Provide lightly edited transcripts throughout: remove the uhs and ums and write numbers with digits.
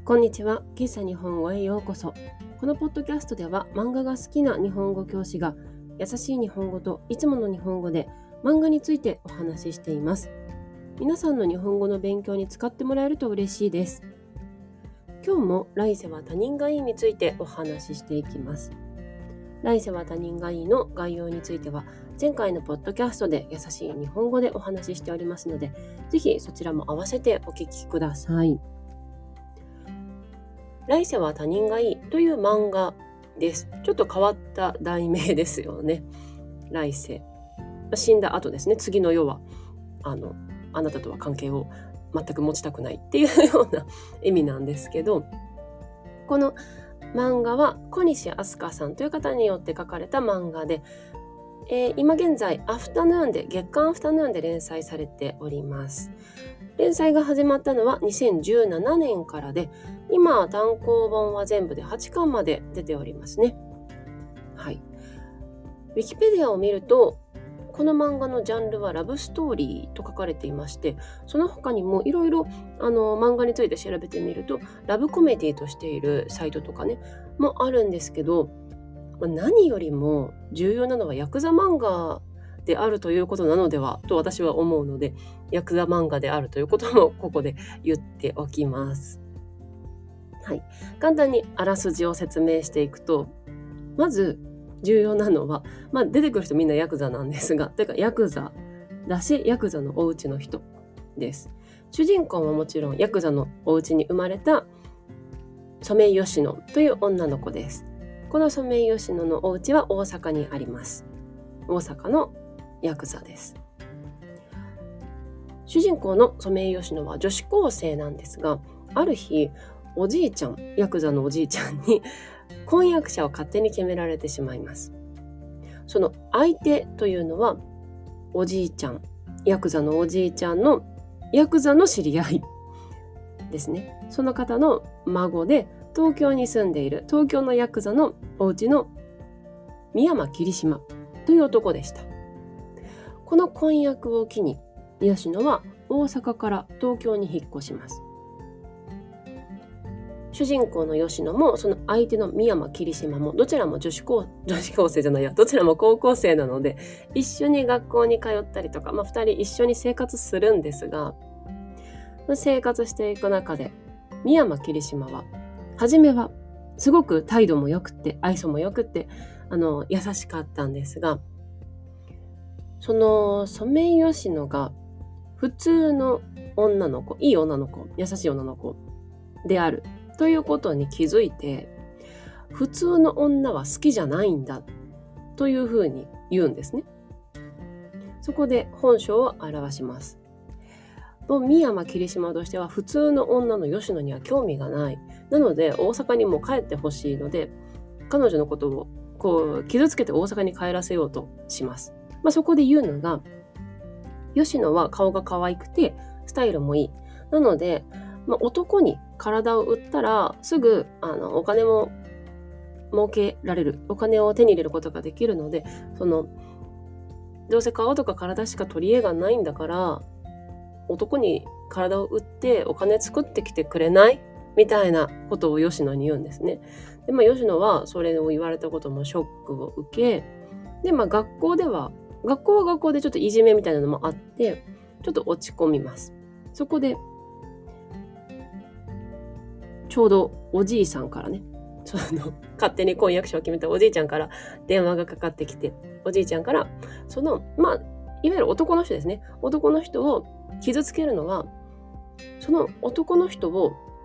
こんにちは。喫茶日本語へようこそ。このポッドキャストでは漫画が好きな日本語教師が優しい日本語といつもの日本語で漫画についてお話ししています。皆さんの日本語の勉強に使ってもらえると嬉しいです。今日も来世は他人がいいについてお話ししていきます。来世は他人がいいの概要については前回のポッドキャストで優しい日本語でお話ししておりますので、ぜひそちらも合わせてお聞きください。来世は他人がいいという漫画です。ちょっと変わった題名ですよね。来世。死んだ後ですね。次の世はあなたとは関係を全く持ちたくないっていうような意味なんですけど、この漫画は小西飛鳥さんという方によって書かれた漫画で、今現在月刊アフタヌーンで連載されております。連載が始まったのは2017年からで、今単行本は全部で8巻まで出ておりますね。はい。ウィキペディアを見ると、この漫画のジャンルはラブストーリーと書かれていまして、その他にもいろいろ漫画について調べてみると、ラブコメディとしているサイトとかねもあるんですけど、何よりも重要なのはヤクザ漫画であるということなのではと私は思うので、ヤクザ漫画であるということもここで言っておきます。はい、簡単にあらすじを説明していくと、まず重要なのは、出てくる人みんなヤクザなんですが、ヤクザだしヤクザのお家の人です。主人公はもちろんヤクザのお家に生まれた染井佳乃という女の子です。この染井佳乃のお家は大阪にあります。大阪のヤクザです。主人公の染井佳乃は女子高生なんですが、ある日おじいちゃん、ヤクザのおじいちゃんに婚約者を勝手に決められてしまいます。その相手というのはおじいちゃん、ヤクザのおじいちゃんのヤクザの知り合いですね。その方の孫で東京に住んでいる東京のヤクザのお家の宮山桐島という男でした。この婚約を機に佳乃は大阪から東京に引っ越します。主人公の佳乃もその相手の宮山桐島もどちらもどちらも高校生なので、一緒に学校に通ったりとか、2人一緒に生活するんですが、生活していく中で宮山桐島は初めはすごく態度も良くて愛想も良くて優しかったんですが、その染井佳乃が普通の女の子、いい女の子、優しい女の子であるということに気づいて、普通の女は好きじゃないんだというふうに言うんですね。そこで本性を表します。宮山桐島としては普通の女の佳乃には興味がない。なので大阪にも帰ってほしいので、彼女のことを傷つけて大阪に帰らせようとします。そこで言うのが、佳乃は顔が可愛くてスタイルもいい。なので、男に体を売ったらすぐお金も儲けられる、お金を手に入れることができるので、どうせ顔とか体しか取り柄がないんだから男に体を売ってお金作ってきてくれないみたいなことを佳乃に言うんですね。で、佳乃はそれを言われたこともショックを受け、で、学校は学校でちょっといじめみたいなのもあってちょっと落ち込みます。そこでちょうどおじいさんからね、勝手に婚約者を決めたおじいちゃんから電話がかかってきて、おじいちゃんからいわゆる男の人ですね、男の人を傷つけるのは、その男の人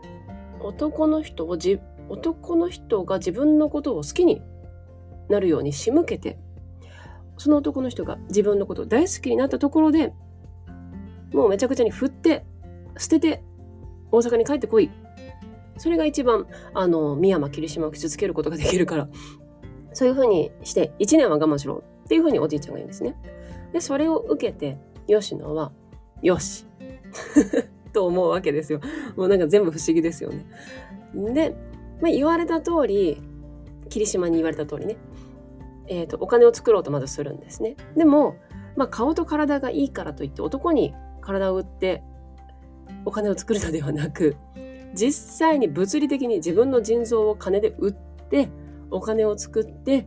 が自分のことを好きになるように仕向けて、その男の人が自分のことを大好きになったところでもうめちゃくちゃに振って捨てて大阪に帰ってこい。それが一番宮山桐島を傷つけることができるから、そういうふうにして1年は我慢しろっていうふうにおじいちゃんが言うんですね。で、それを受けて佳乃はよしと思うわけですよ。もうなんか全部不思議ですよね。で、言われた通り、桐島に言われた通りね、お金を作ろうとまずするんですね。でも、顔と体がいいからといって男に体を売ってお金を作るのではなく、 実際に物理的に自分の腎臓を金で売ってお金を作って、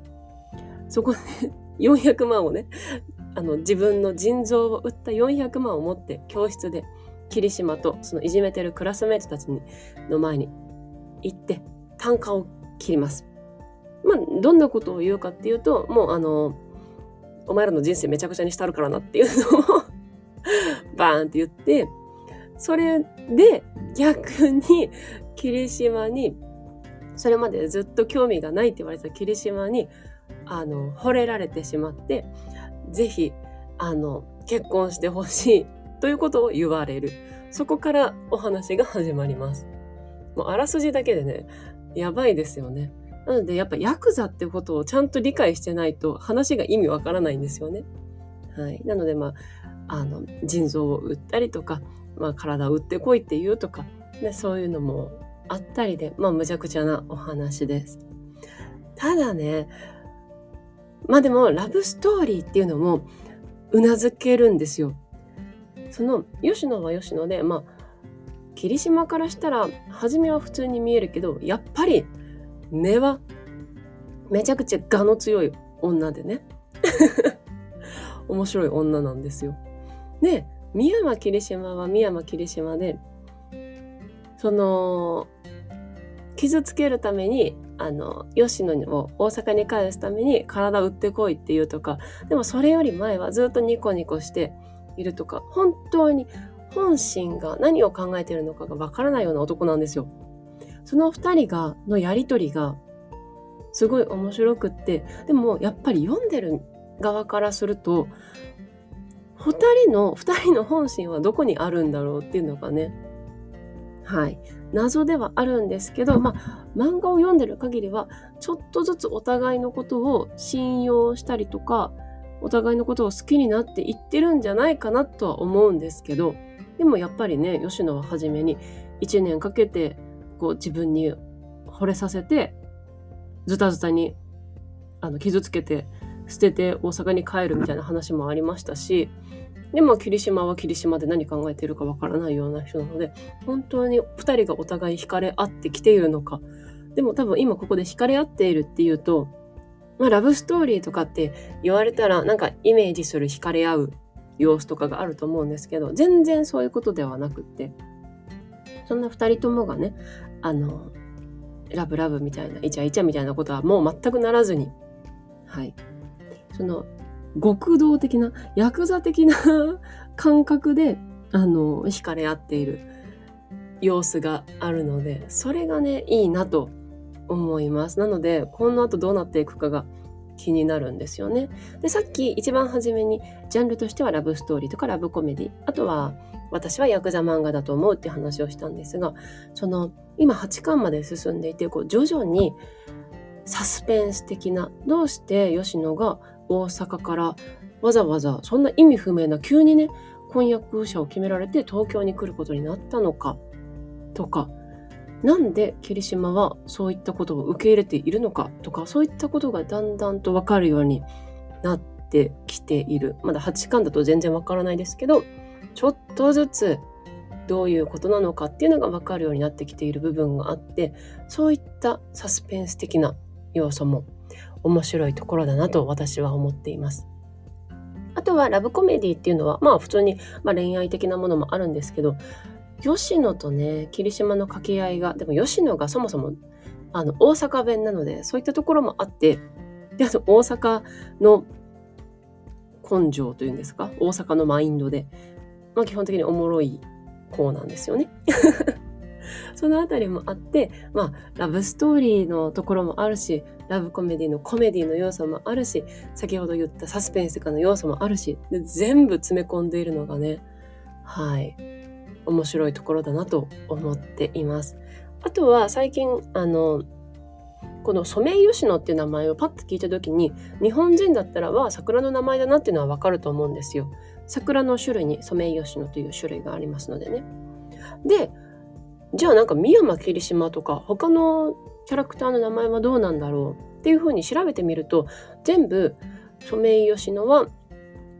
そこで400万をね、自分の腎臓を売った400万を持って教室で霧島とそのいじめてるクラスメイトたちの前に行って単価を切ります。どんなことを言うかっていうと、もうお前らの人生めちゃくちゃにしたるからなっていうのをバーンって言って、それで逆に霧島に、それまでずっと興味がないって言われてた霧島に惚れられてしまって、ぜひ結婚してほしいということを言われる。そこからお話が始まります。もうあらすじだけでね、やばいですよね。なのでやっぱヤクザってことをちゃんと理解してないと話が意味わからないんですよね。はい。なので腎臓を売ったりとか、体を売ってこいって言うとか、でそういうのもあったりで、むちゃくちゃなお話です。ただね、でもラブストーリーっていうのもうなずけるんですよ。その吉野は吉野で、霧島からしたら初めは普通に見えるけど、やっぱり根はめちゃくちゃ我の強い女でね面白い女なんですよ。で、深山霧島は深山霧島で、その傷つけるために吉野を大阪に返すために体売ってこいっていうとか、でもそれより前はずっとニコニコしているとか、本当に本心が何を考えているのかがわからないような男なんですよ。その二人のやりとりがすごい面白くって、でもやっぱり読んでる側からすると、二人の本心はどこにあるんだろうっていうのがね、はい、謎ではあるんですけど、漫画を読んでる限りはちょっとずつお互いのことを信用したりとか、お互いのことを好きになっていってるんじゃないかなとは思うんですけど、でもやっぱりね、吉野は初めに1年かけて自分に惚れさせて、ズタズタに傷つけて捨てて大阪に帰るみたいな話もありましたし、でも霧島は霧島で何考えているかわからないような人なので、本当に2人がお互い惹かれ合ってきているのか。でも多分今ここで惹かれ合っているっていうと、ラブストーリーとかって言われたらなんかイメージする惹かれ合う様子とかがあると思うんですけど、全然そういうことではなくって、そんな2人ともがね、ラブラブみたいな、イチャイチャみたいなことはもう全くならずに、はい。その極道的な、ヤクザ的な感覚で、惹かれ合っている様子があるので、それがね、いいなと思います。なので、この後どうなっていくかが気になるんですよね。で、さっき一番初めに、ジャンルとしてはラブストーリーとかラブコメディ、あとは、私はヤクザ漫画だと思うって話をしたんですが、今8巻まで進んでいて、徐々にサスペンス的な、どうして吉野が大阪からわざわざそんな意味不明な急にね、婚約者を決められて東京に来ることになったのかとか、なんで霧島はそういったことを受け入れているのかとか、そういったことがだんだんと分かるようになってきている。まだ8巻だと全然分からないですけど、ちょっとずつどういうことなのかっていうのが分かるようになってきている部分があって、そういったサスペンス的な要素も面白いところだなと私は思っています。あとはラブコメディっていうのは普通に恋愛的なものもあるんですけど、吉野とね、霧島の掛け合いが、でも吉野がそもそも大阪弁なので、そういったところもあって、で、大阪の根性というんですか、大阪のマインドで、基本的におもろい子なんですよね。そのあたりもあって、ラブストーリーのところもあるし、ラブコメディのコメディの要素もあるし、先ほど言ったサスペンス化の要素もあるし、で全部詰め込んでいるのがね、はい、面白いところだなと思っています。あとは最近このソメイヨシノっていう名前をパッと聞いた時に、日本人だったら桜の名前だなっていうのはわかると思うんですよ。桜の種類にソメイヨシノという種類がありますのでね。で、じゃあ深山霧島とか他のキャラクターの名前はどうなんだろうっていうふうに調べてみると、全部ソメイヨシノは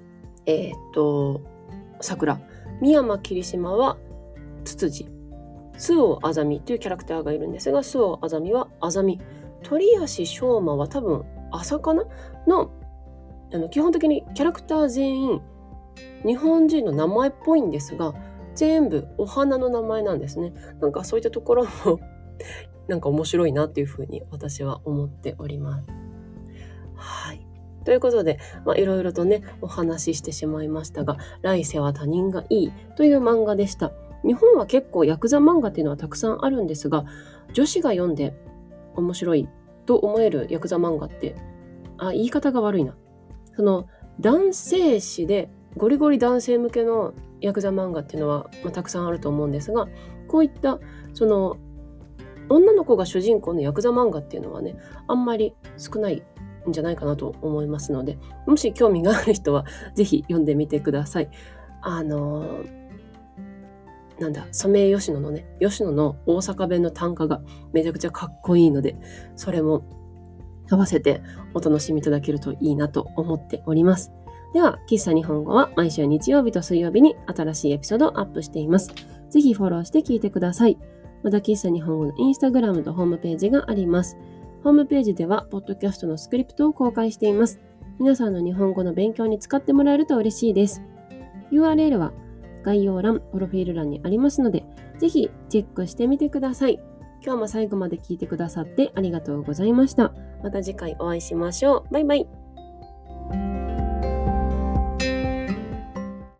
桜、深山霧島はツツジ、 周防あざみというキャラクターがいるんですが、周防あざみはあざみ、鳥足翔馬は多分朝かなの、基本的にキャラクター全員日本人の名前っぽいんですが、全部お花の名前なんですね。なんかそういったところもなんか面白いなっていうふうに私は思っております。はい。ということで、いろいろとね、お話ししてしまいましたが、来世は他人がいいという漫画でした。日本は結構ヤクザ漫画っていうのはたくさんあるんですが、女子が読んで面白いと思えるヤクザ漫画って、言い方が悪いな。その男性誌でゴリゴリ男性向けのヤクザ漫画っていうのは、たくさんあると思うんですが、こういったその女の子が主人公のヤクザ漫画っていうのはね、あんまり少ないんじゃないかなと思いますので、もし興味がある人はぜひ読んでみてください。ソメイヨシノのね、吉野の大阪弁の短歌がめちゃくちゃかっこいいので、それも合わせてお楽しみいただけるといいなと思っております。では、喫茶日本語は毎週日曜日と水曜日に新しいエピソードをアップしています。ぜひフォローして聞いてください。また、喫茶日本語のインスタグラムとホームページがあります。ホームページでは、ポッドキャストのスクリプトを公開しています。皆さんの日本語の勉強に使ってもらえると嬉しいです。URL は概要欄、プロフィール欄にありますので、ぜひチェックしてみてください。今日も最後まで聞いてくださってありがとうございました。また次回お会いしましょう。バイバイ。